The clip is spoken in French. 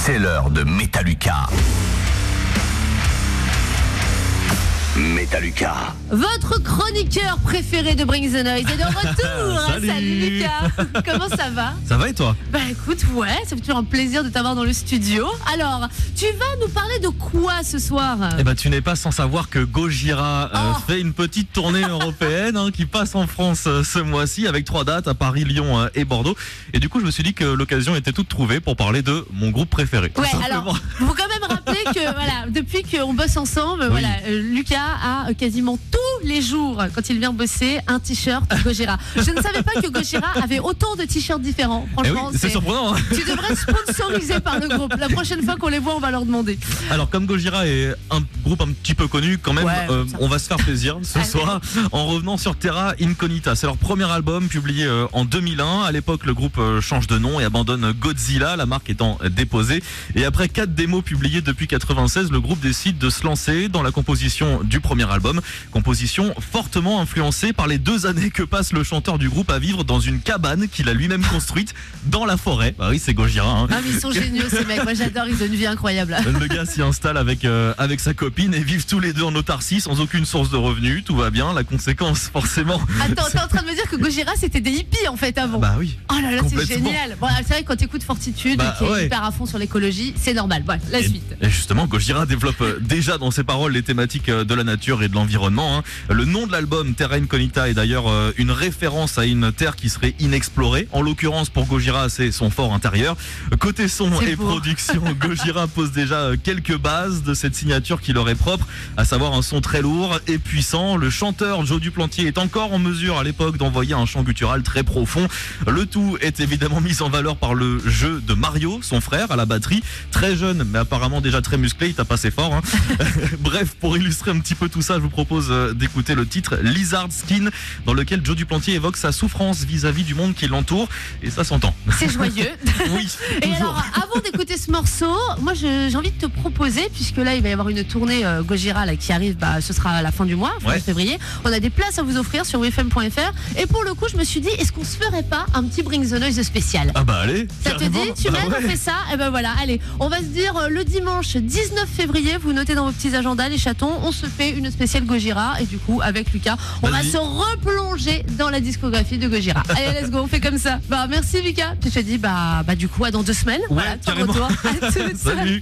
C'est l'heure de Metaluca. Metaluca. Votre chroniqueur préféré de Bring the Noise est de retour. Salut Lucas. Comment ça va? Ça va et toi? Bah écoute, ouais, ça fait toujours un plaisir de t'avoir dans le studio. Alors, tu vas nous parler de quoi ce soir? Eh ben, tu n'es pas sans savoir que Gojira fait une petite tournée européenne qui passe en France ce mois-ci avec 3 dates à Paris, Lyon et Bordeaux. Et du coup, je me suis dit que l'occasion était toute trouvée pour parler de mon groupe préféré. Ouais, alors, il faut quand même rappeler que voilà, depuis qu'on bosse ensemble, voilà, Lucas a quasiment tous les jours, quand il vient bosser, un t-shirt Gojira. Je ne savais pas que Gojira avait autant de t-shirts différents. Franchement, oui, c'est surprenant. Tu devrais être sponsorisé par le groupe. La prochaine fois qu'on les voit, on va leur demander. Alors, comme Gojira est un groupe un petit peu connu, quand même, on va se faire plaisir ce soir en revenant sur Terra Incognita. C'est leur premier album publié en 2001. À l'époque, le groupe change de nom et abandonne Godzilla, la marque étant déposée. Et après 4 démos publiées depuis 96, le groupe décide de se lancer dans la composition du premier album. Composition fortement influencée par les 2 années que passe le chanteur du groupe à vivre dans une cabane qu'il a lui-même construite dans la forêt. Bah oui, c'est Gojira. Ah, mais ils sont géniaux ces mecs. Moi j'adore, ils ont une vie incroyable. Le gars s'y installe avec sa copine et vivent tous les deux en autarcie sans aucune source de revenus. Tout va bien. La conséquence, forcément. Attends, t'es en train de me dire que Gojira c'était des hippies en fait avant? Bah oui. Oh là là, c'est génial. Bon, c'est vrai que quand t'écoutes Fortitude, qui est hyper à fond sur l'écologie, c'est normal. Voilà, la suite. Et justement, Gojira développe déjà dans ses paroles les thématiques de la nature et de l'environnement. Le nom de l'album, Terra Incognita, est d'ailleurs une référence à une terre qui serait inexplorée. En l'occurrence, pour Gojira, c'est son fort intérieur. Côté son et production, Gojira pose déjà quelques bases de cette signature qui leur est propre, à savoir un son très lourd et puissant. Le chanteur Joe Duplantier est encore en mesure à l'époque d'envoyer un chant guttural très profond. Le tout est évidemment mis en valeur par le jeu de Mario, son frère, à la batterie. Très jeune, mais apparemment déjà très musclé, il t'a passé fort. Bref, pour illustrer un petit peu tout ça, je vous propose d'écouter le titre Lizard Skin, dans lequel Joe Duplantier évoque sa souffrance vis-à-vis du monde qui l'entoure, et ça s'entend. C'est joyeux. Oui. Et alors, avant d'écouter ce morceau, moi j'ai envie de te proposer, puisque là il va y avoir une tournée Gojira là, qui arrive, ce sera à la fin du mois, fin février. On a des places à vous offrir sur wfm.fr. Et pour le coup, je me suis dit, est-ce qu'on se ferait pas un petit Bring the Noise spécial? Ah bah allez. Ça te dit? Tu m'aides, on fait ça? Et ben voilà, allez, on va se dire le dimanche 19 février, vous notez dans vos petits agendas les chatons, on se fait une spéciale Gojira, et du coup avec Lucas, on va se replonger dans la discographie de Gojira. Allez, let's go, on fait comme ça. Bah merci Lucas. Puis je te dis du coup à dans 2 semaines. Ouais, voilà, ton retour. À toutes. Salut.